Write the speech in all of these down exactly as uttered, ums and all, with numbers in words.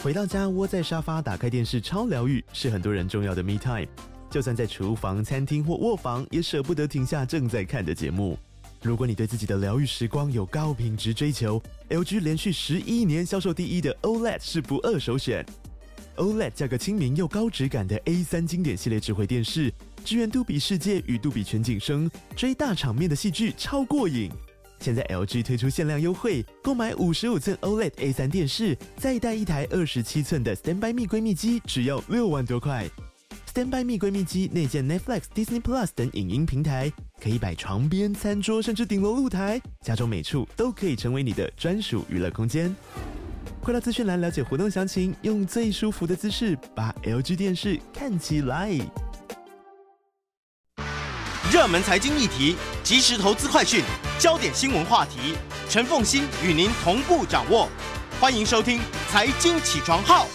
回到家窝在沙发打开电视超疗愈，是很多人重要的 me time。就算在厨房、餐厅或卧房，也舍不得停下正在看的节目。如果你对自己的疗愈时光有高品质追求， L G 连续十一年销售第一的 O L E D 是不二首选。O L E D 价格亲民又高质感的 A 三 经典系列智慧电视，支援杜比世界与杜比全景声，追大场面的戏剧超过瘾。现在 L G 推出限量优惠，购买五十五寸 O L E D A 三 电视，再带一台二十七寸的 Standby Me 闺蜜机，只要六万多块。Standby Me 闺蜜机内建 Netflix、Disney Plus 等影音平台，可以摆床边、餐桌，甚至顶楼露台，家中每处都可以成为你的专属娱乐空间。快到资讯栏了解活动详情，用最舒服的姿势把 L G 电视看起来。 热门财经议题、即时投资快讯、焦点新闻话题，陈凤馨与您同步掌握。欢迎收听《财经起床号》。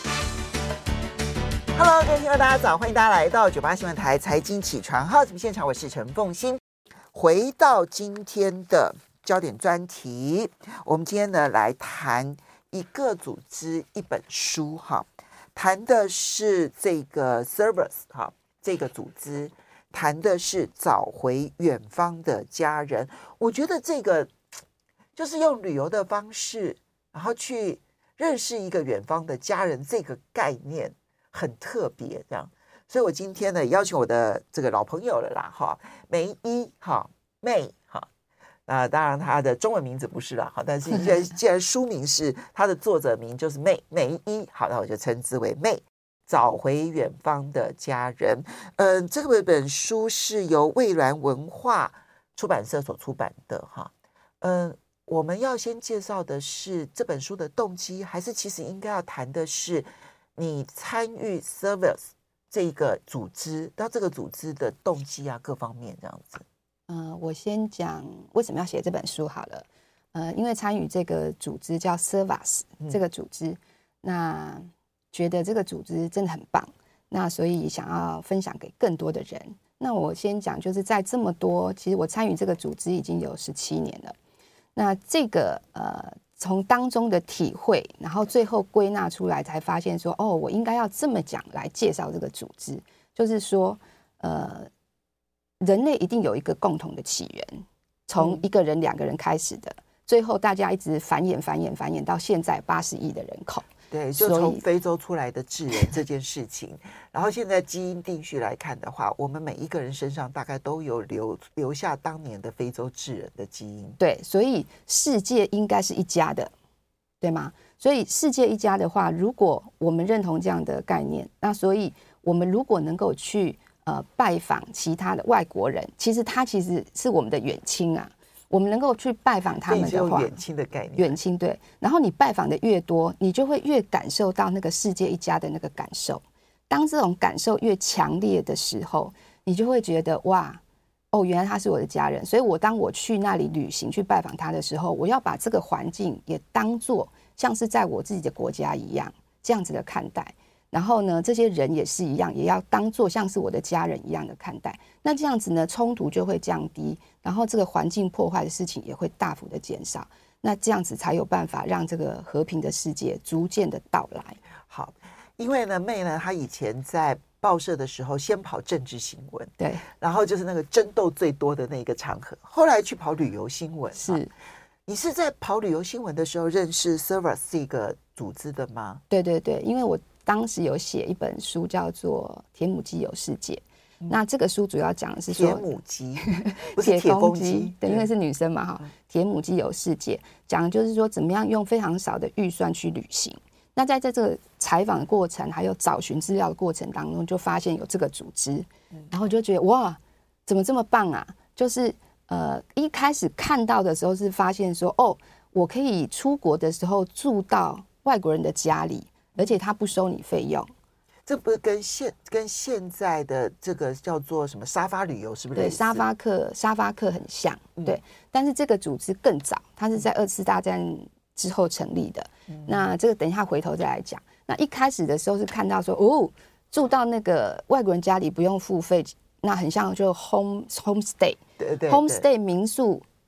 Hello， 各位听众大家早，欢迎大家来到九八新闻台财经起床号节目现场，我是陈凤馨。回到今天的焦点专题，我们今天呢来谈一个组织一本书哈，谈的是这个 Cervus 哈，这个组织谈的是找回远方的家人。我觉得这个就是用旅游的方式，然后去认识一个远方的家人，这个概念很特别，这样。所以我今天呢邀请我的这个老朋友了啦，哈，梅一哈妹哈，啊，当然他的中文名字不是啦，哈，但是既然既然书名是他的作者名就是妹梅一，好，那我就称之为妹。找回远方的家人，嗯，这个本书是由蔚蓝文化出版社所出版的哈，嗯，我们要先介绍的是这本书的动机，还是其实应该要谈的是你参与 Cervus 这个组织，到这个组织的动机啊，各方面这样子。 呃，我先讲为什么要写这本书好了。呃，因为参与这个组织叫 Cervus 这个组织，嗯、那觉得这个组织真的很棒，那所以想要分享给更多的人。那我先讲，就是在这么多，其实我参与这个组织已经有十七年了。那这个呃，从当中的体会，然后最后归纳出来，才发现说，哦，我应该要这么讲来介绍这个组织，就是说，呃，人类一定有一个共同的起源，从一个人、两个人开始的，最后大家一直繁衍、繁衍、繁衍到现在八十亿的人口。 对，就从非洲出来的智人这件事情，然后现在基因定序来看的话，我们每一个人身上大概都有留留下当年的非洲智人的基因。 对，所以世界应该是一家的，对吗？所以世界一家的话，如果我们认同这样的概念，那所以我们如果能够去呃拜访其他的外国人，其实他其实是我们的远亲啊。我们能够去拜访他们的话， 远亲的概念， 远亲对。然后你拜访的越多，你就会越感受到那个世界一家的那个感受。当这种感受越强烈的时候，你就会觉得哇，哦，原来他是我的家人。所以我当我去那里旅行去拜访他的时候，我要把这个环境也当作像是在我自己的国家一样，这样子的看待。然后呢，这些人也是一样，也要当作像是我的家人一样的看待。那这样子呢，冲突就会降低，然后这个环境破坏的事情也会大幅的减少。那这样子才有办法让这个和平的世界逐渐的到来。 好，因为呢，妹呢，她以前在报社的时候，先跑政治新闻， 对， 然后就是那个争斗最多的那个场合，后来去跑旅游新闻。 是， 你是在跑旅游新闻的时候认识 Cervus 这个组织的吗？ 对对对，因为我当时有写一本书叫做《铁母鸡有世界》，嗯、那这个书主要讲的是说铁母鸡，不是铁公鸡， 对，因为是女生嘛哈。铁母鸡有世界讲的就是说怎么样用非常少的预算去旅行。那在这个采访的过程，还有找寻资料的过程当中，就发现有这个组织，然后就觉得哇，怎么这么棒啊？就是呃，一开始看到的时候是发现说，哦，我可以出国的时候住到外国人的家里。而且他不收你费用， 这不是跟现跟现在的这个叫做什么沙发旅游是不是？ 对，沙发客沙发客很像，嗯、对。但是这个组织更早，它是在二次大战之后成立的。嗯、那这个等一下回头再来讲。那一开始的时候是看到说，哦，住到那个外国人家里不用付费，那很像就 home homestay， 对对对 homestay 民宿。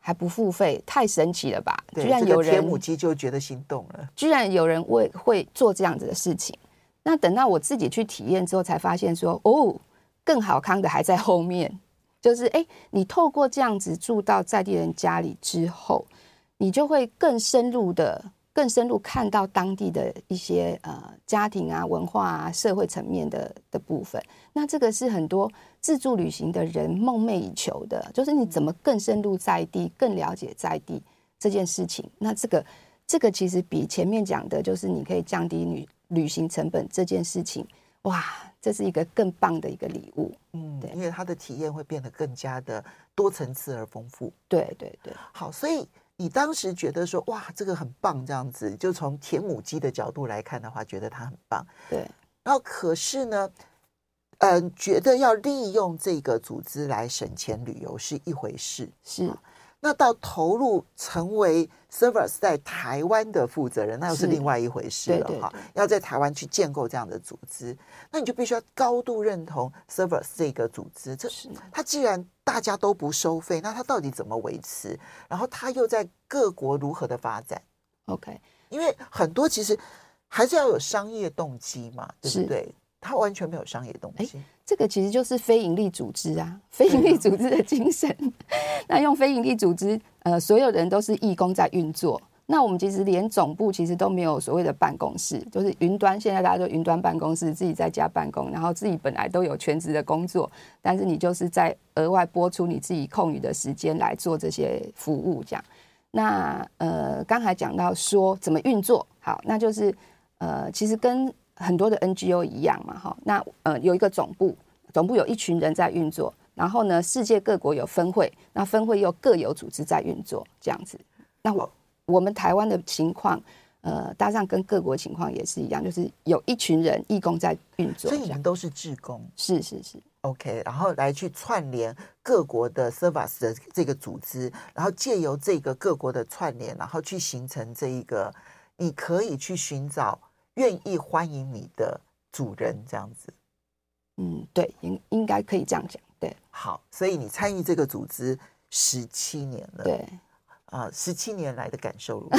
还不付费，太神奇了吧？ 对， 居然有人、 这个铁母鸡就觉得心动了， 居然有人会会做这样子的事情。那等到我自己去体验之后，才发现说，哦，更好康的还在后面。就是哎，你透过这样子住到在地人家里之后，你就会更深入的、更深入看到当地的一些呃家庭啊、文化啊、社会层面的的部分。那这个是很多自助旅行的人梦寐以求的，就是你怎么更深入在地、更了解在地这件事情。那这个这个其实比前面讲的，就是你可以降低旅旅行成本这件事情，哇，这是一个更棒的一个礼物。 嗯，对，因为它的体验会变得更加的多层次而丰富。 对对对， 好，所以你当时觉得说，哇，这个很棒，这样子，就从铁母鸡的角度来看的话，觉得它很棒。 对， 然后可是呢，嗯、呃，觉得要利用这个组织来省钱旅游是一回事， 是。 那到投入成为 Servus 在台湾的负责人，那又是另外一回事了哈。要在台湾去建构这样的组织，那你就必须要高度认同 Servus 这个组织。这它既然大家都不收费，那它到底怎么维持？然后它又在各国如何的发展 ？OK， 因为很多其实还是要有商业动机嘛，对不对？它完全没有商业动机。 这个其实就是非营利组织啊，非营利组织的精神。那用非营利组织，呃，所有人都是义工在运作。那我们其实连总部其实都没有所谓的办公室，就是云端。现在大家都云端办公室，自己在家办公，然后自己本来都有全职的工作，但是你就是在额外拨出你自己空余的时间来做这些服务，这样。那呃，刚才讲到说怎么运作，好，那就是呃，其实跟很多的 N G O 一样嘛，哈，那呃有一个总部，总部有一群人在运作，然后呢，世界各国有分会，那分会又各有组织在运作，这样子。那我我们台湾的情况，呃，搭上跟各国情况也是一样，就是有一群人义工在运作， 所以你们都是志工， 是是是 ，OK， 然后来去串联各国的 Servus 的这个组织，然后借由这个各国的串联，然后去形成这一个，你可以去寻找愿意欢迎你的主人，这样子。 嗯，对，应应该可以这样讲，对。 好，所以你参与这个组织十七年了， 对， 啊、呃，十七年来的感受如何？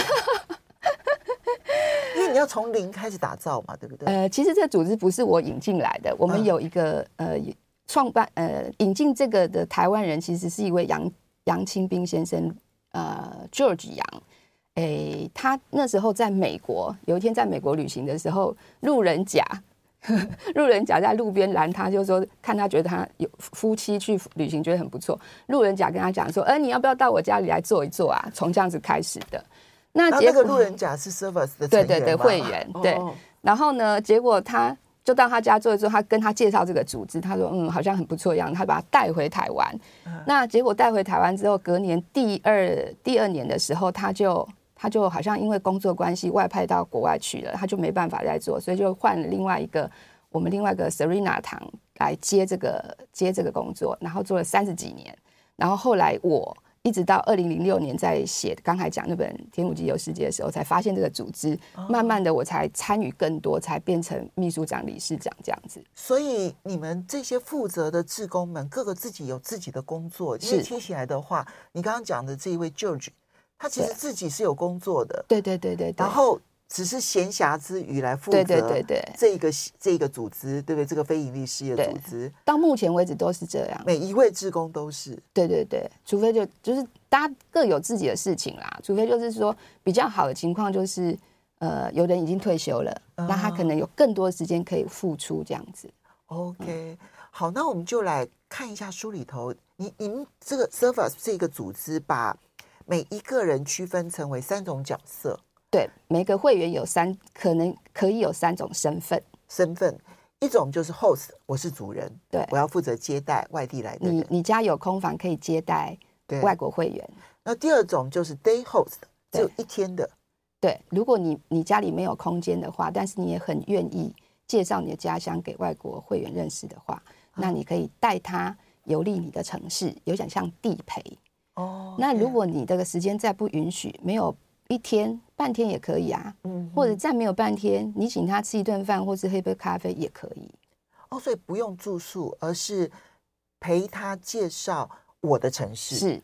因为你要从零开始打造嘛，对不对？ 呃，其实这个组织不是我引进来的，我们有一个、嗯、呃创办呃引进这个的台湾人，其实是一位杨杨清兵先生，呃 George 杨。诶，他那时候在美国，有一天在美国旅行的时候，路人甲，路人甲在路边拦他，就说看他觉得他有夫妻去旅行觉得很不错，路人甲跟他讲说，哎、呃，你要不要到我家里来坐一坐啊？从这样子开始的。那结果那个路人甲是 Servus 的对对对会员、哦、对，然后呢，结果他就到他家坐一坐，他跟他介绍这个组织，他说嗯好像很不错一样，他把他带回台湾、嗯。那结果带回台湾之后，隔年第二第二年的时候，他就。他就好像因为工作关系外派到国外去了，他就没办法再做，所以就换了另外一个我们另外一个 Serena 堂来接这个接这个工作，然后做了三十几年，然后后来我一直到二零零六年在写刚才讲那本《铁母鸡游世界》的时候，才发现这个组织，哦、慢慢的我才参与更多，才变成秘书长、理事长这样子。 所以你们这些负责的志工们，各个自己有自己的工作，因为听起来的话，你刚刚讲的这一位 George。他其实自己是有工作的， 对对对 对, 对， 然后只是闲暇之余来负责对对对对这个这个组织，对不对？这个非营利事业组织， 到目前为止都是这样， 每一位志工都是， 对对对，除非就就是大家各有自己的事情啦，除非就是说比较好的情况就是呃，有人已经退休了，哦、那他可能有更多的时间可以付出这样子。 OK，、嗯、好，那我们就来看一下书里头，你你们这个 Servus 这个组织把每一个人区分成为三种角色， 对，每个会员有三，可能可以有三种身份。 身份，一种就是 host， 我是主人， 对， 我要负责接待外地来的人。 你你家有空房可以接待外国会员。 那第二种就是 day host， 只有一天的。 对，如果你你家里没有空间的话，但是你也很愿意介绍你的家乡给外国会员认识的话，嗯、那你可以带他游历你的城市，有点像地陪。哦，那如果你这个时间再不允许，没有一天半天也可以啊，嗯，或者再没有半天，你请他吃一顿饭或是喝一杯咖啡也可以。 哦，所以不用住宿，而是陪他介绍我的城市。 是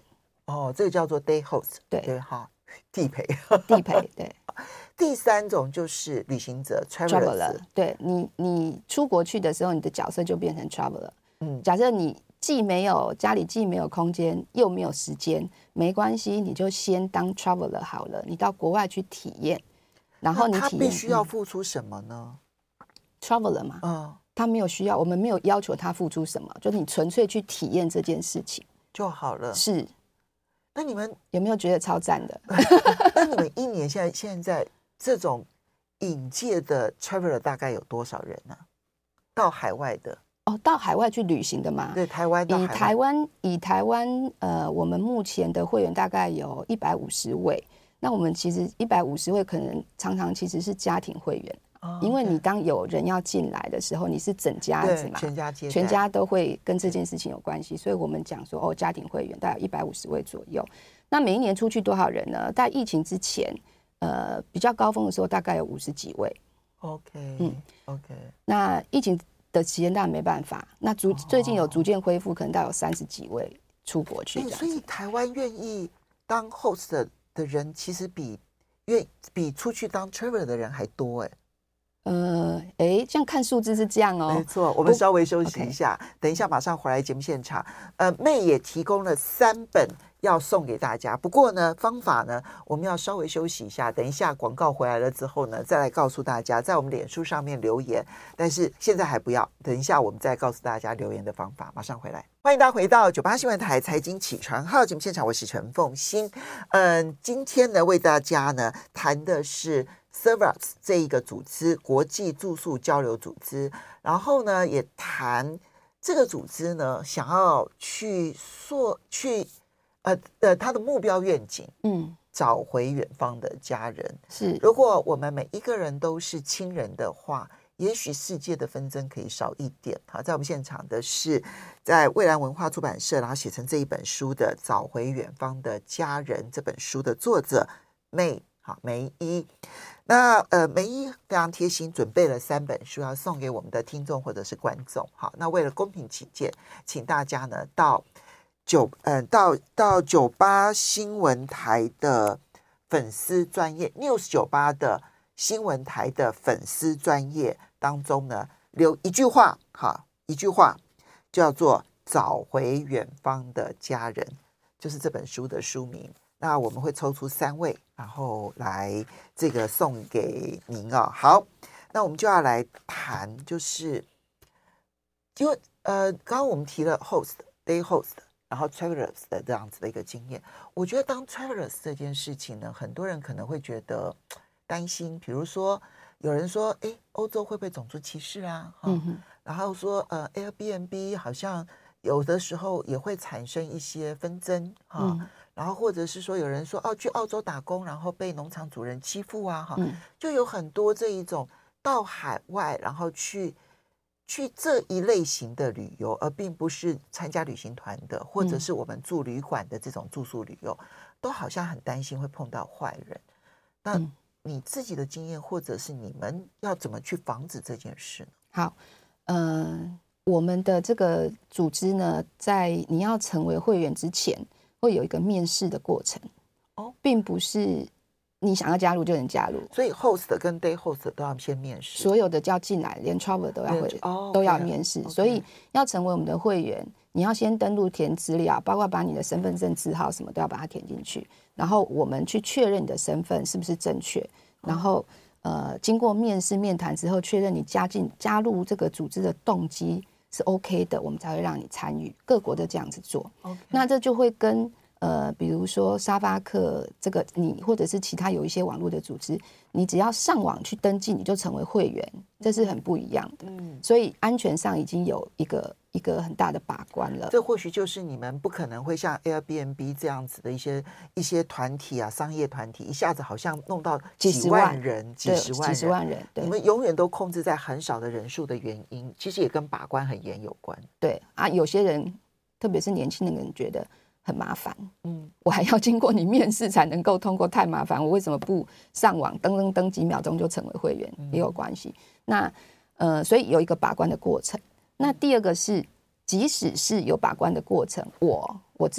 哦，这个叫做 day host， 对对哈，地陪地陪对。 第三种就是旅行者 traveler， 对你你出国去的时候，你的角色就变成 traveler。 嗯， 假设你既没有家里既没有空间又没有时间，没关系，你就先当 traveler 好了。你到国外去体验，然后你体验， 他必须要付出什么呢？ 嗯、traveler 嘛，嗯，他没有需要，我们没有要求他付出什么，就是你纯粹去体验这件事情就好了。 是。 那你们有没有觉得超赞的？ 那你们一年现在现在这种引介的 traveler 大概有多少人呢、啊？到海外的哦，到海外去旅行的嘛？ 对，台湾到海外以台湾以台湾呃，我们目前的会员大概有一百五十位。那我们其实一百五十位可能常常其实是家庭会员。哦、因为你当有人要进来的时候，你是整家子嘛， 全家接待， 全家都会跟这件事情有关系，所以我们讲说哦，家庭会员大概一百五十位左右。那每一年出去多少人呢？在疫情之前，呃，比较高峰的时候大概有五十几位。 OK， 嗯 ，OK。 那疫情的期间当然没办法，那逐、哦、最近有逐渐恢复，可能大概有三十几位出国去、欸。 所以台湾愿意当 host 的, 的人，其实比愿比出去当 traveler 的人还多哎、欸。 呃，哎，这样看数字是这样哦。 没错，我们稍微休息一下， okay. 等一下马上回来节目现场。呃，妹也提供了三本要送给大家，不过呢，方法呢，我们要稍微休息一下，等一下广告回来了之后呢，再来告诉大家，在我们脸书上面留言。但是现在还不要，等一下我们再告诉大家留言的方法。马上回来，欢迎大家回到九八新闻台财经起床号节目现场，我是陈凤馨。嗯，今天呢，为大家呢谈的是Servus 这一个组织，国际住宿交流组织，然后呢也谈这个组织呢想要去塑去呃呃他的目标愿景，嗯，找回远方的家人。 是， 如果我们每一个人都是亲人的话，也许世界的纷争可以少一点。好，在我们现场的是在蔚蓝文化出版社，然后写成这一本书的《找回远方的家人》这本书的作者妹。好，梅一，那呃，梅一非常贴心，准备了三本书要送给我们的听众或者是观众。好，那为了公平起见，请大家呢到九呃到到九八新闻台的粉丝专页 News 九八的新闻台的粉丝专页当中呢，留一句话，好，一句话叫做“找回远方的家人”，就是这本书的书名。那我们会抽出三位，然后来这个送给您啊、哦。好，那我们就要来谈，就是因为呃，刚刚我们提了 host day host， 然后 travelers 的这样子的一个经验。我觉得当 travelers 这件事情呢，很多人可能会觉得担心，比如说有人说，哎，欧洲会不会种族歧视啊？哈、嗯，然后说呃 Airbnb 好像有的时候也会产生一些纷争哈。嗯，然后或者是说有人说哦，去澳洲打工，然后被农场主人欺负啊，哈、嗯，就有很多这一种到海外，然后去去这一类型的旅游，而并不是参加旅行团的，或者是我们住旅馆的这种住宿旅游，嗯、都好像很担心会碰到坏人。那你自己的经验，或者是你们要怎么去防止这件事呢？ 好，嗯、呃，我们的这个组织呢，在你要成为会员之前，会有一个面试的过程，哦，并不是你想要加入就能加入， 所以 host 跟 day host 都要先面试， 所有的叫进来，连 travel 都要会、哦、都要面试， okay. 所以要成为我们的会员，你要先登录填资料，包括把你的身份证字号什么都要把它填进去，然后我们去确认你的身份是不是正确，然后、哦、呃，经过面试面谈之后，确认你加进加入这个组织的动机是 OK 的，我们才会让你参与。各国都这样子做， okay. 那这就会跟呃，比如说沙发客这个你，或者是其他有一些网络的组织，你只要上网去登记，你就成为会员，这是很不一样的。嗯，所以安全上已经有一个一个很大的把关了。 这或许就是你们不可能会像 Airbnb 这样子的一些一些团体啊，商业团体一下子好像弄到几万人、几十万人、 几十万人， 你们永远都控制在很少的人数的原因，其实也跟把关很严有关。 对啊，有些人，特别是年轻的人，觉得很麻烦，嗯，我还要经过你面试才能够通过，太麻烦，我为什么不上网登登登几秒钟就成为会员、嗯、也有关系。那呃，所以有一个把关的过程。那第二个是，即使是有把关的过程，我我自己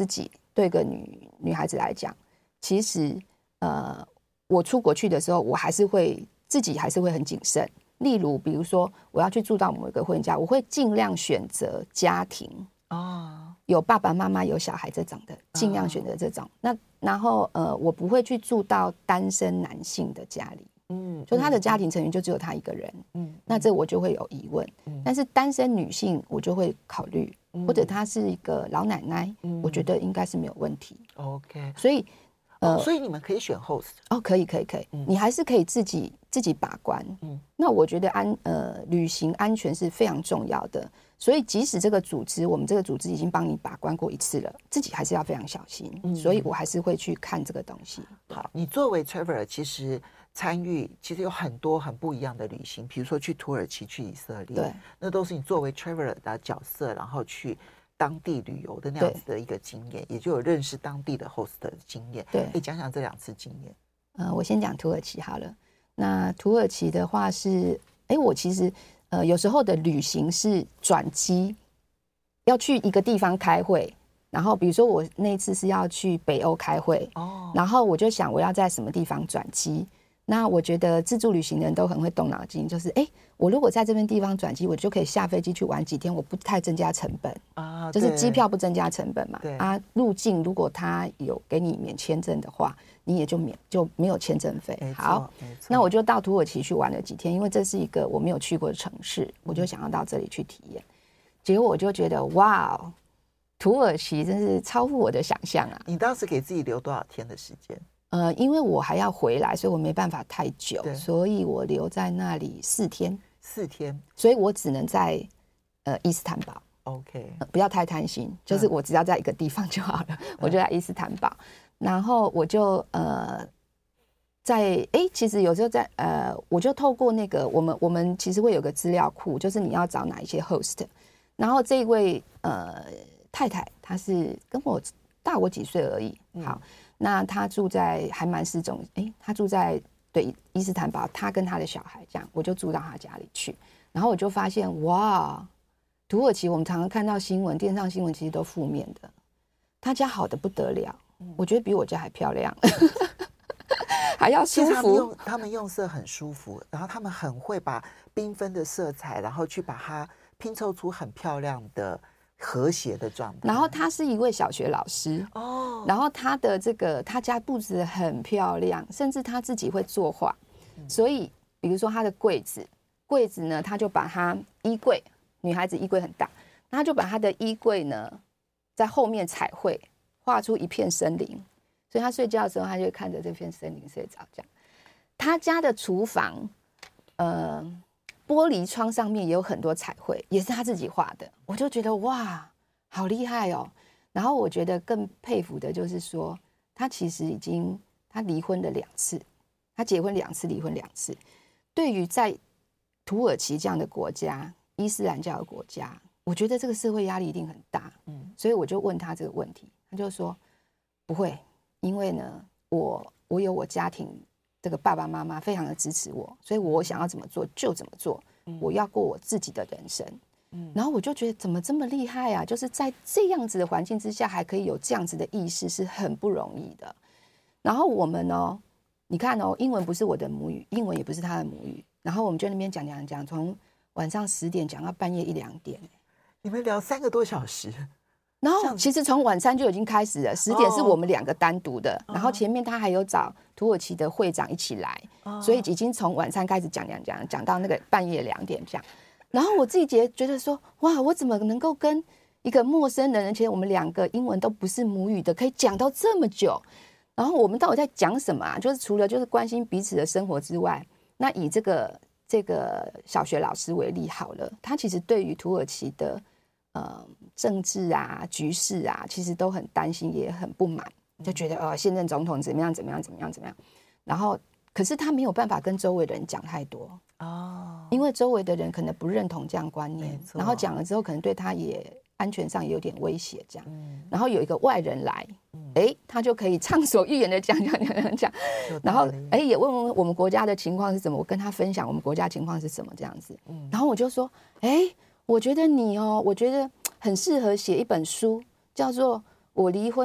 对个女女孩子来讲，其实呃，我出国去的时候，我还是会自己还是会很谨慎。例如，比如说我要去住到某一个婚家，我会尽量选择家庭哦，有爸爸妈妈有小孩这种的，尽量选择这种。哦、那然后呃，我不会去住到单身男性的家里。嗯，就他的家庭成员就只有他一个人，嗯，那这我就会有疑问。嗯，但是单身女性我就会考虑，嗯、或者她是一个老奶奶，嗯、我觉得应该是没有问题。 OK， 所以呃、哦，所以你们可以选 host 哦，可以可以可以，嗯、你还是可以自己自己把关。嗯，那我觉得安呃旅行安全是非常重要的，所以即使这个组织我们这个组织已经帮你把关过一次了，自己还是要非常小心。嗯，所以我还是会去看这个东西。 好，你作为 traveler， 其实。参与其实有很多很不一样的旅行，比如说去土耳其、去以色列， 对， 那都是你作为 traveler 的角色，然后去当地旅游的那样子的一个经验，也就有认识当地的 host 的经验。 对， 可以讲讲这两次经验。 呃，我先讲土耳其好了。那土耳其的话是，哎，我其实呃有时候的旅行是转机，要去一个地方开会。然后比如说我那次是要去北欧开会，哦，然后我就想我要在什么地方转机。那我觉得自助旅行的人都很会动脑筋，就是哎，我如果在这边地方转机，我就可以下飞机去玩几天，我不太增加成本啊，就是机票不增加成本嘛。对啊，入境如果他有给你免签证的话，你也就免就没有签证费。好，那我就到土耳其去玩了几天，因为这是一个我没有去过的城市，我就想要到这里去体验。结果我就觉得哇，土耳其真是超乎我的想象啊！ 你当时给自己留多少天的时间？ 呃，因为我还要回来，所以我没办法太久，所以我留在那里四天， 四天， 所以我只能在呃伊斯坦堡。 OK，、 呃、不要太贪心，就是我只要在一个地方就好了，嗯、我就在伊斯坦堡，然后我就呃在哎，其实有时候在呃，我就透过那个我们我们其实会有个资料库，就是你要找哪一些 host， 然后这一位呃太太她是跟我大我几岁而已，好。嗯，那他住在还蛮市中，哎，他住在对伊斯坦堡，他跟他的小孩这样，我就住到他家里去，然后我就发现哇，土耳其我们常常看到新闻，电上新闻其实都负面的，他家好的不得了，我觉得比我家还漂亮，还要舒服。 他们用他们用色很舒服，然后他们很会把缤纷的色彩，然后去把它拼凑出很漂亮的。和谐的状态。 然后他是一位小学老师哦，然后他的这个他家布置很漂亮，甚至他自己会作画，嗯、所以比如说他的柜子，柜子呢，他就把他衣柜，女孩子衣柜很大，他就把他的衣柜呢在后面彩绘，画出一片森林，所以他睡觉的时候，他就看着这片森林睡着。这样，他家的厨房，呃。玻璃窗上面也有很多彩绘，也是他自己画的，我就觉得哇，好厉害哦。然后我觉得更佩服的就是说，他其实已经他离婚了两次，他结婚两次，离婚两次。对于在土耳其这样的国家，伊斯兰教的国家，我觉得这个社会压力一定很大。嗯，所以我就问他这个问题，他就说不会，因为呢，我我有我家庭。这个爸爸妈妈非常的支持我，所以我想要怎么做就怎么做，嗯、我要过我自己的人生。嗯、然后我就觉得怎么这么厉害啊！就是在这样子的环境之下，还可以有这样子的意识，是很不容易的。然后我们哦，你看哦，英文不是我的母语，英文也不是他的母语，然后我们就那边讲讲讲，从晚上十点讲到半夜一两点。 你们聊三个多小时。 然后其实从晚餐就已经开始了，十点是我们两个单独的，哦、然后前面他还有找土耳其的会长一起来，哦、所以已经从晚餐开始讲讲讲讲到那个半夜两点这样。然后我自己觉觉得说，哇，我怎么能够跟一个陌生人，而且我们两个英文都不是母语的，可以讲到这么久？然后我们到底在讲什么啊？就是除了就是关心彼此的生活之外，那以这个这个小学老师为例好了，他其实对于土耳其的。呃，政治啊、局势啊，其实都很担心，也很不满，就觉得呃，现任总统怎么样、怎么样、怎么样、怎么样。然后，可是他没有办法跟周围的人讲太多哦，因为周围的人可能不认同这样观念，然后讲了之后，可能对他也安全上也有点威胁，这样。嗯、然后有一个外人来，哎、嗯，他就可以畅所欲言的讲讲讲讲讲，然后哎也问问我们国家的情况是怎么，我跟他分享我们国家情况是什么这样子。嗯、然后我就说，哎。我觉得你哦，我觉得很适合写一本书，叫做《我离婚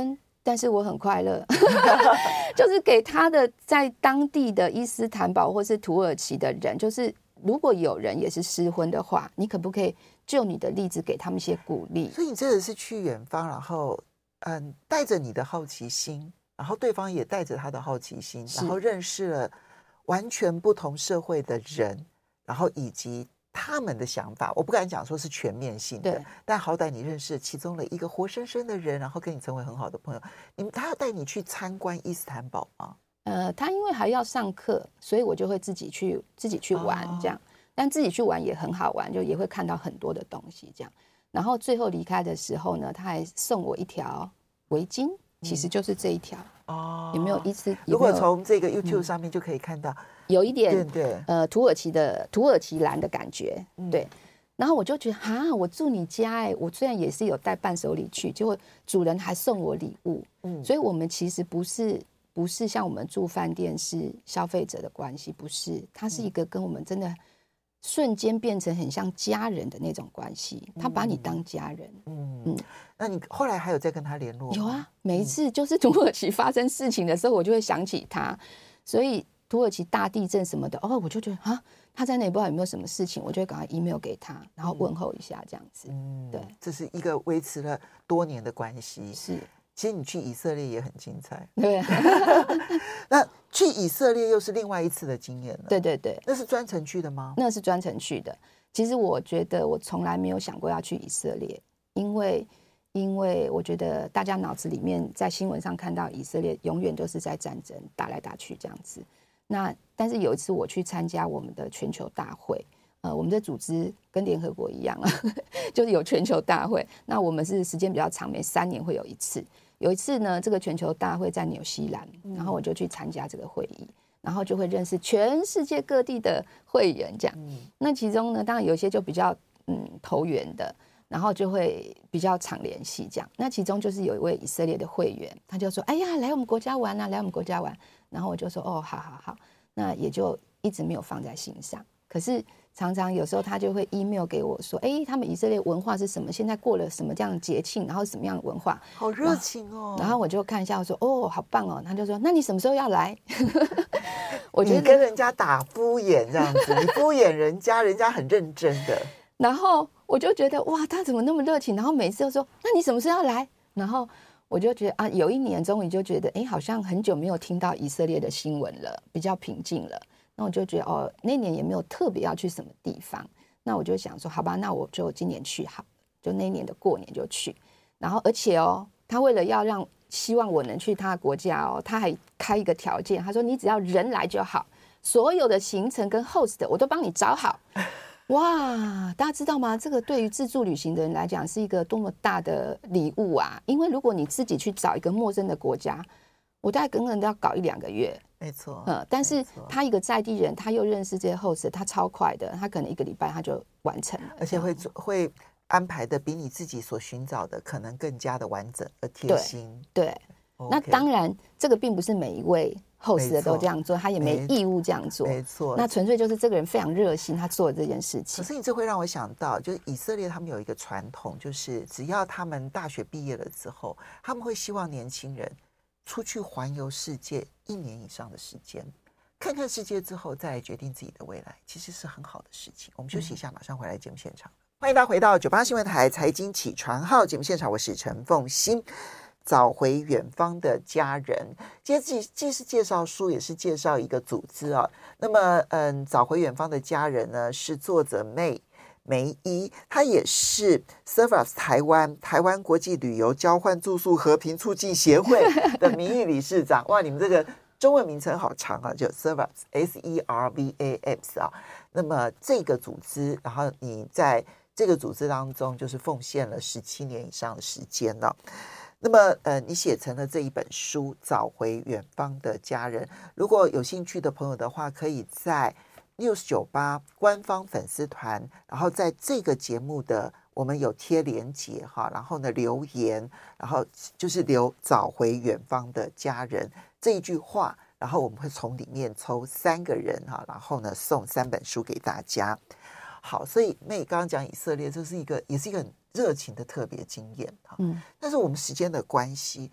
但是我很快乐，就是给他的在当地的伊斯坦堡或是土耳其的人，就是如果有人也是失婚的话，你可不可以就你的例子给他们一些鼓励？ 所以你真的是去远方，然后嗯，带着你的好奇心，然后对方也带着他的好奇心，然后认识了完全不同社会的人，然后以及他们的想法，我不敢讲说是全面性的，但好歹你认识其中的一个活生生的人，然后跟你成为很好的朋友。你们他要带你去参观伊斯坦堡吗？ 呃，他因为还要上课，所以我就会自己去自己去玩这样。哦，但自己去玩也很好玩，就也会看到很多的东西这样。然后最后离开的时候呢，他还送我一条围巾，其实就是这一条。哦，有没有一次？ 如果从这个 YouTube 上面就可以看到，嗯， 有一点对对呃土耳其的土耳其蓝的感觉，嗯，对。然后我就觉得哈，我住你家哎，我虽然也是有带伴手礼去，结果主人还送我礼物，嗯，所以我们其实不是不是像我们住饭店是消费者的关系，不是，它是一个跟我们真的瞬间变成很像家人的那种关系，他把你当家人。嗯嗯， 那你后来还有再跟他联络吗？ 有啊，每一次就是土耳其发生事情的时候，我就会想起他，所以土耳其大地震什么的，哦，我就觉得啊，他在那里不知道有没有什么事情，我就会赶快 email 给他，然后问候一下这样子。嗯，对， 这是一个维持了多年的关系。 是。 其实你去以色列也很精彩， 对。 那去以色列又是另外一次的经验了。 对对对， 那是专程去的吗？ 那是专程去的。其实我觉得我从来没有想过要去以色列，因为因为我觉得大家脑子里面在新闻上看到以色列永远都是在战争打来打去这样子。那但是有一次我去参加我们的全球大会。呃，我们的组织跟联合国一样啊，就是有全球大会。那我们是时间比较长，每三年会有一次。有一次呢，这个全球大会在纽西兰，然后我就去参加这个会议，然后就会认识全世界各地的会员这样。嗯，那其中呢，当然有一些就比较嗯投缘的，然后就会比较常联系这样。那其中就是有一位以色列的会员，他就说：“哎呀，来我们国家玩啊，来我们国家玩。”然后我就说：“哦，好好好。”那也就一直没有放在心上。可是常常有时候他就会 email 给我说，哎，他们以色列文化是什么？现在过了什么这样的节庆？然后什么样的文化？ 好热情哦！ 然后我就看一下，我说，哦，好棒哦！他就说，那你什么时候要来？ 我觉得你跟人家打敷衍这样子，你敷衍人家，人家很认真的。 然后我就觉得，哇，他怎么那么热情？然后每次都说，那你什么时候要来？然后我就觉得啊，有一年终于就觉得，哎，好像很久没有听到以色列的新闻了，比较平静了。那我就觉得哦，那年也没有特别要去什么地方，那我就想说，好吧，那我就今年去好，就那年的过年就去。然后而且哦，他为了要让希望我能去他的国家哦，他还开一个条件，他说你只要人来就好，所有的行程跟 host 我都帮你找好。哇，大家知道吗？这个对于自助旅行的人来讲是一个多么大的礼物啊！因为如果你自己去找一个陌生的国家，我大概可能都要搞一两个月。 没错， 嗯，但是他一个在地人，他又认识这些 host， 他超快的，他可能一个礼拜他就完成了， 而且会会安排的比你自己所寻找的可能更加的完整而贴心。 对，对 okay，那当然这个并不是每一位 host 的都这样做，他也没义务这样做。 没错， 那纯粹就是这个人非常热心，他做了这件事情。 可是你这会让我想到，就是以色列他们有一个传统，就是只要他们大学毕业了之后，他们会希望年轻人出去环游世界一年以上的时间，看看世界之后再来决定自己的未来，其实是很好的事情。我们休息一下，马上回来节目现场。欢迎大家回到九八新闻台财经起床号节目现场，我是陈凤馨。找回远方的家人，既既是介绍书，也是介绍一个组织啊。那么，嗯，找回远方的家人呢，是作者妹梅伊，她也是 Servus 台湾台湾国际旅游交换住宿和平促进协会的名誉理事长。哇，你们这个中文名称好长啊，就 Servus S E R V A S 啊。那么这个组织，然后你在这个组织当中，就是奉献了十七年以上的时间了。那么，呃，你写成了这一本书《找回远方的家人》。如果有兴趣的朋友的话，可以在 News 九八官方粉丝团，然后在这个节目的我们有贴连结哈，然后呢留言，然后就是留“找回远方的家人”这一句话，然后我们会从里面抽三个人哈，然后呢送三本书给大家。好，所以妹刚刚讲以色列，这是一个也是一个很热情的特别经验哈。嗯，但是我们时间的关系，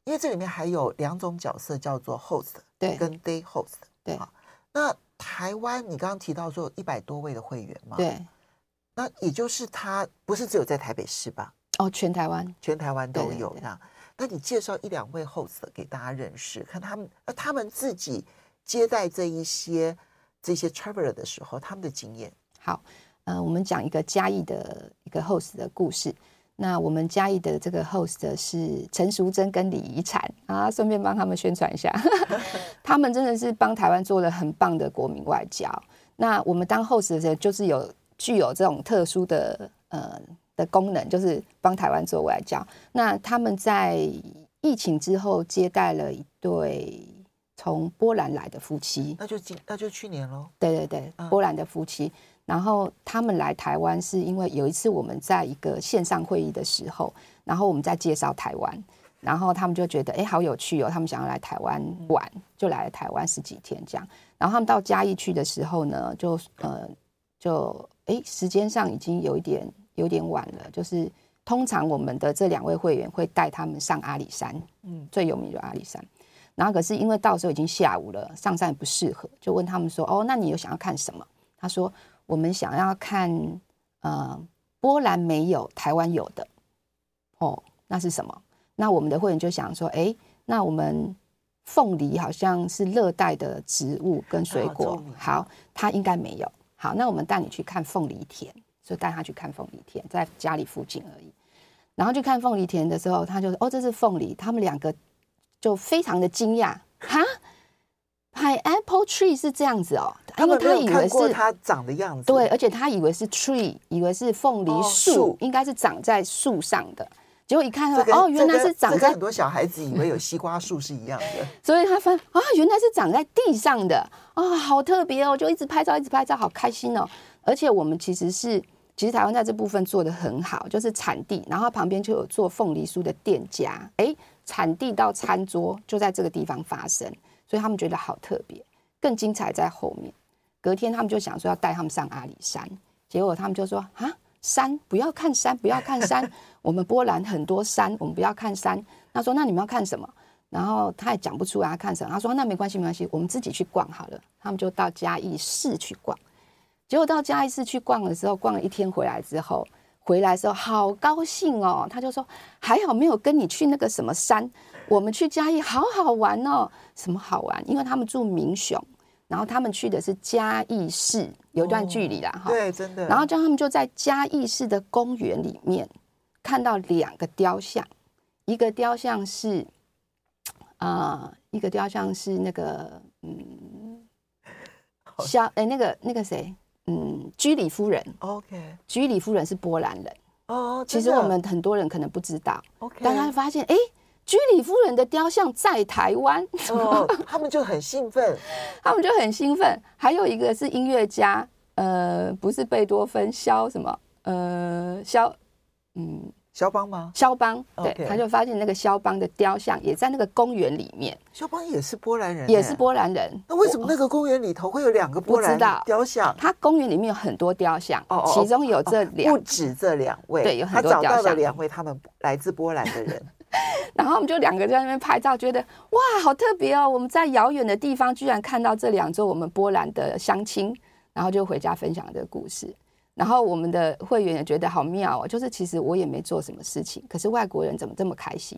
因为这里面还有两种角色，叫做 host 对跟 day host。 对， 那台湾你刚刚提到说有一百多位的会员嘛？ 对， 那也就是他不是只有在台北市吧？ 哦，全台湾， 全台湾都有对对对那。那你介绍一两位 host 给大家认识，看他们呃他们自己接待这一些这些 traveler 的时候，他们的经验。 好，呃，我们讲一个嘉义的一个 host 的故事。那我们嘉义的这个 host 是陈淑贞跟李怡产啊，顺便帮他们宣传一下，他们真的是帮台湾做了很棒的国民外交。那我们当 host 的人就是有具有这种特殊的呃的功能，就是帮台湾做外交。那他们在疫情之后接待了一对从波兰来的夫妻， 那就今那就去年咯。 对对对， 嗯波兰的夫妻。然后他们来台湾是因为有一次我们在一个线上会议的时候，然后我们在介绍台湾，然后他们就觉得哎好有趣哦，他们想要来台湾玩，就来了台湾十几天这样。然后他们到嘉义去的时候呢，就呃就哎时间上已经有一点有点晚了，就是通常我们的这两位会员会带他们上阿里山，嗯，最有名的阿里山。然后可是因为到时候已经下午了，上山也不适合，就问他们说哦，那你有想要看什么？他说我们想要看呃波兰没有台湾有的哦，那是什么？那我们的会员就想说，哎，那我们凤梨好像是热带的植物跟水果， 哦好，它应该没有。好，那我们带你去看凤梨田，所以带他去看凤梨田，在家里附近而已。然后去看凤梨田的时候，他就说哦，这是凤梨，他们两个就非常的惊讶，哈。Pineapple tree 是这样子哦，因为他以为是它长的样子， 对，而且他以为是 tree， 以为是凤梨树，哦、应该是长在树上的。结果一看到、这个、哦，原来是长在、这个、 很多小孩子以为有西瓜树是一样的， 所以他发现啊，原来是长在地上的啊、哦，好特别哦，就一直拍照，一直拍照，好开心哦。而且我们其实是，其实台湾在这部分做得很好，就是产地，然后旁边就有做凤梨酥的店家，哎，产地到餐桌就在这个地方发生。所以他们觉得好特别，更精彩在后面。隔天他们就想说要带他们上阿里山，结果他们就说啊，山不要看山，不要看山，我们波兰很多山，我们不要看山。他说那你们要看什么？然后他也讲不出来他看什么。他说那没关系没关系，我们自己去逛好了。他们就到嘉义市去逛，结果到嘉义市去逛的时候，逛了一天回来之后，回来的时候好高兴哦，他就说还好没有跟你去那个什么山。我们去嘉义好好玩哦，什么好玩？因为他们住民雄，然后他们去的是嘉义市，有一段距离啦，哈、 哦。对，真的。 然后叫他们就在嘉义市的公园里面看到两个雕像，一个雕像是啊、呃，一个雕像是那个嗯，小哎、欸、那个那个谁嗯，居里夫人。 OK， 居里夫人是波兰人哦。 其实我们很多人可能不知道 ，OK， 但他发现哎。欸居里夫人的雕像在台湾， 哦，他们就很兴奋， 他们就很兴奋。还有一个是音乐家，呃，不是贝多芬，肖什么？呃，肖，嗯， 肖邦吗？ 肖邦，对， okay. 他就发现那个肖邦的雕像也在那个公园里面。 肖邦也是波兰人， 也是波兰人。 那为什么那个公园里头会有两个波兰雕像？ 他公园里面有很多雕像，哦哦其中有这两、 哦，不止这两位， 对，有很多雕像。 他找到了两位他们来自波兰的人。 然后我们就两个在那边拍照，觉得哇，好特别哦！我们在遥远的地方居然看到这两座我们波兰的乡亲，然后就回家分享这个故事。然后我们的会员也觉得好妙哦，就是其实我也没做什么事情，可是外国人怎么这么开心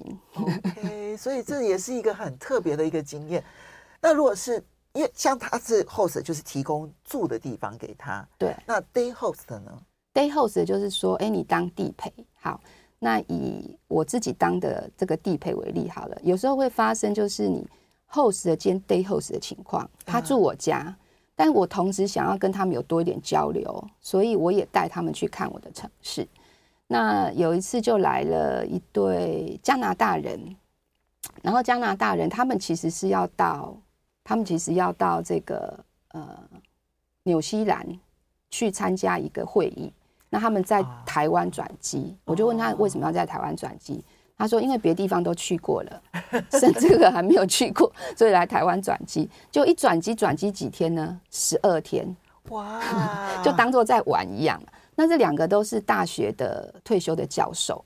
？OK， 所以这也是一个很特别的一个经验。那如果是因为像他是 host， 就是提供住的地方给他， 对。 那 day host 呢 ？day host 就是说，哎，你当地陪好。那以我自己当的这个地陪为例好了，有时候会发生就是你 host 的兼 day host 的情况，他住我家，啊、但我同时想要跟他们有多一点交流，所以我也带他们去看我的城市。那有一次就来了一对加拿大人，然后加拿大人他们其实是要到，他们其实要到这个呃纽西兰去参加一个会议。那他们在台湾转机，我就问他为什么要在台湾转机，他说因为别的地方都去过了，甚至这个还没有去过，所以来台湾转机。就一转机转机几天呢？十二天，哇，就当作在玩一样。那这两个都是大学的退休的教授。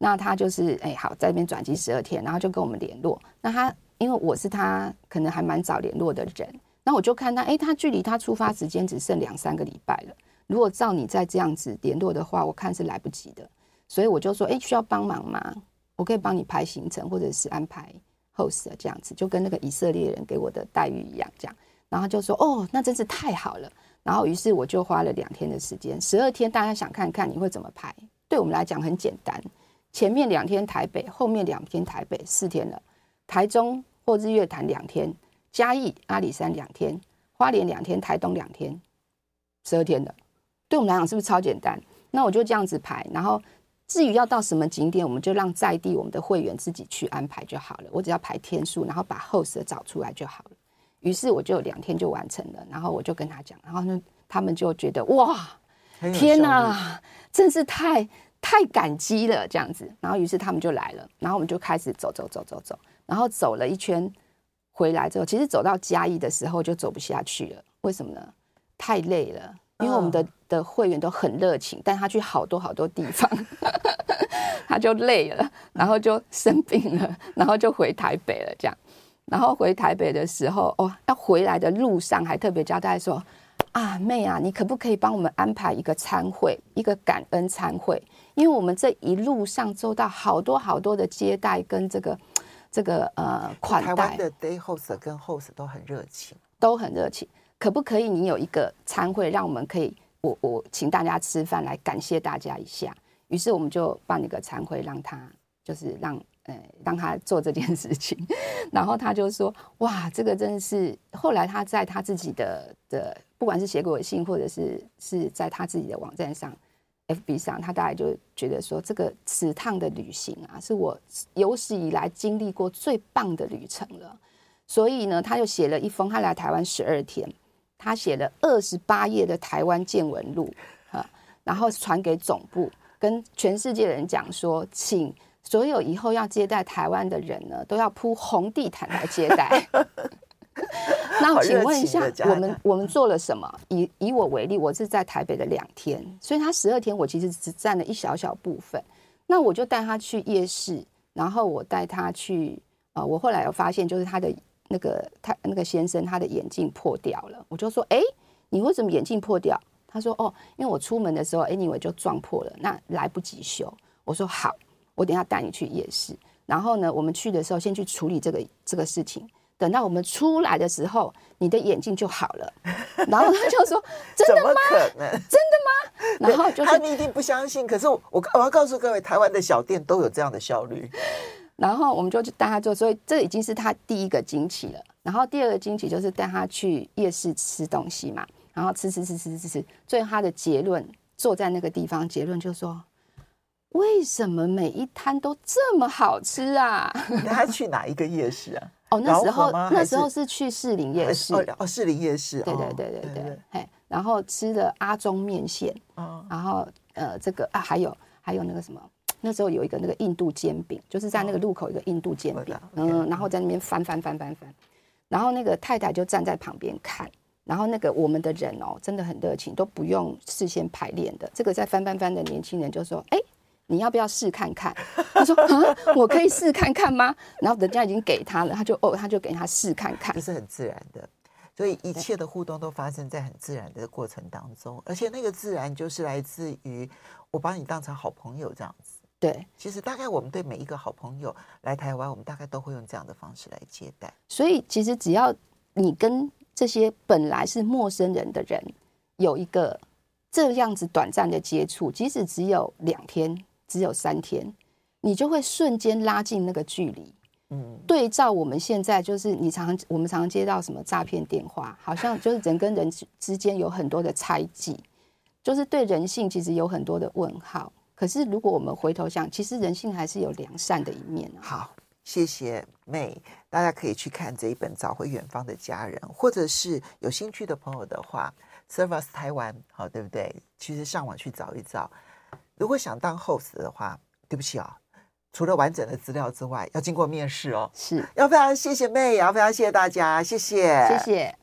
那他就是哎、欸、好在那边转机十二天，然后就跟我们联络。那他因为我是他可能还蛮早联络的人，那我就看他哎、欸、他距离他出发时间只剩两三个礼拜了。如果照你再这样子联络的话，我看是来不及的。所以我就说哎、欸、需要帮忙吗？我可以帮你排行程或者是安排 host 这样子，就跟那个以色列人给我的待遇一样这样。然后就说哦那真是太好了。然后于是我就花了两天的时间，十二天大家想看看你会怎么排。对我们来讲很简单，前面两天台北，后面两天台北，四天了。台中或日月潭两天，嘉义阿里山两天，花莲两天，台东两天，十二天了。对我们来讲是不是超简单？那我就这样子排，然后至于要到什么景点，我们就让在地我们的会员自己去安排就好了。我只要排天数，然后把 host 找出来就好了。于是我就两天就完成了，然后我就跟他讲，然后呢，他们就觉得哇，天哪，真是太太感激了这样子。然后于是他们就来了，然后我们就开始走走走走走，然后走了一圈回来之后，其实走到嘉义的时候就走不下去了。为什么呢？太累了，因为我们的、嗯、的会员都很热情，但他去好多好多地方，他就累了，然后就生病了，然后就回台北了这样。然后回台北的时候，哦，要回来的路上还特别交代说，啊，妹啊，你可不可以帮我们安排一个餐会，一个感恩餐会？因为我们这一路上收到好多好多的接待跟这个这个呃款待。台湾的 day host 跟 host 都很热情， 都很热情。可不可以你有一个餐会，让我们可以我我请大家吃饭来感谢大家一下？于是我们就办一个餐会，让他就是让。呃，让他做这件事情，然后他就说：“哇，这个真是。”后来他在他自己的的，不管是写给我信，或者是是在他自己的网站上 ，F B 上，他大概就觉得说，这个此趟的旅行啊，是我有史以来经历过最棒的旅程了。所以呢，他就写了一封，他来台湾十二天，他写了二十八页的台湾见闻录啊，然后传给总部，跟全世界的人讲说，请。所有以后要接待台湾的人呢，都要铺红地毯来接待。那请问一下，我们我们做了什么？以以我为例，我是在台北的两天，所以他十二天，我其实只占了一小小部分。那我就带他去夜市，然后我带他去，呃，我后来有发现，就是他的那个他那个先生，他的眼镜破掉了。我就说，哎，你为什么眼镜破掉？他说，哦，因为我出门的时候 ，anyway 就撞破了，那来不及修。我说好。我等一下带你去夜市，然后呢，我们去的时候先去处理这个这个事情。等到我们出来的时候，你的眼镜就好了。然后他就说：“真的吗？ 怎么可能？ 真的吗？”然后就是、 他们一定不相信。可是我我要告诉各位，台湾的小店都有这样的效率。 然后我们就去带他做，所以这已经是他第一个惊奇了。然后第二个惊奇就是带他去夜市吃东西嘛，然后吃吃吃吃吃吃，最后他的结论坐在那个地方，结论就说。为什么每一摊都这么好吃啊？ 他去哪一个夜市啊？ 哦，那时候那时候是去士林夜市。 哦，哦士林夜市。 对对对对对。嘿，然后吃的阿中面线，哦、然后呃这个啊还有还有那个什么，那时候有一个那个印度煎饼，就是在那个路口一个印度煎饼，哦、嗯，然后在那边翻翻翻翻翻，然后那个太太就站在旁边看。然后那个我们的人哦，真的很热情，都不用事先排练的。这个在翻翻翻的年轻人就说：“哎。”你要不要试看看？他说啊，我可以试看看吗？然后人家已经给他了，他就哦，他就给他试看看， 这是很自然的。所以一切的互动都发生在很自然的过程当中，而且那个自然就是来自于我把你当成好朋友这样子。 对， 其实大概我们对每一个好朋友来台湾，我们大概都会用这样的方式来接待。 所以其实只要你跟这些本来是陌生人的人有一个这样子短暂的接触，即使只有两天。只有三天，你就会瞬间拉近那个距离。嗯，对照我们现在就是你常我们常常接到什么诈骗电话，好像就是人跟人之间有很多的猜忌，就是对人性其实有很多的问号。可是如果我们回头想，其实人性还是有良善的一面啊。 好，谢谢妹，大家可以去看这一本《找回远方的家人》，或者是有兴趣的朋友的话 ，Servus 台湾，好，对不对？其实上网去找一找。如果想当 host 的话，对不起啊、哦，除了完整的资料之外，要经过面试哦。 是， 要非常谢谢妹，也要非常谢谢大家，谢谢， 谢谢。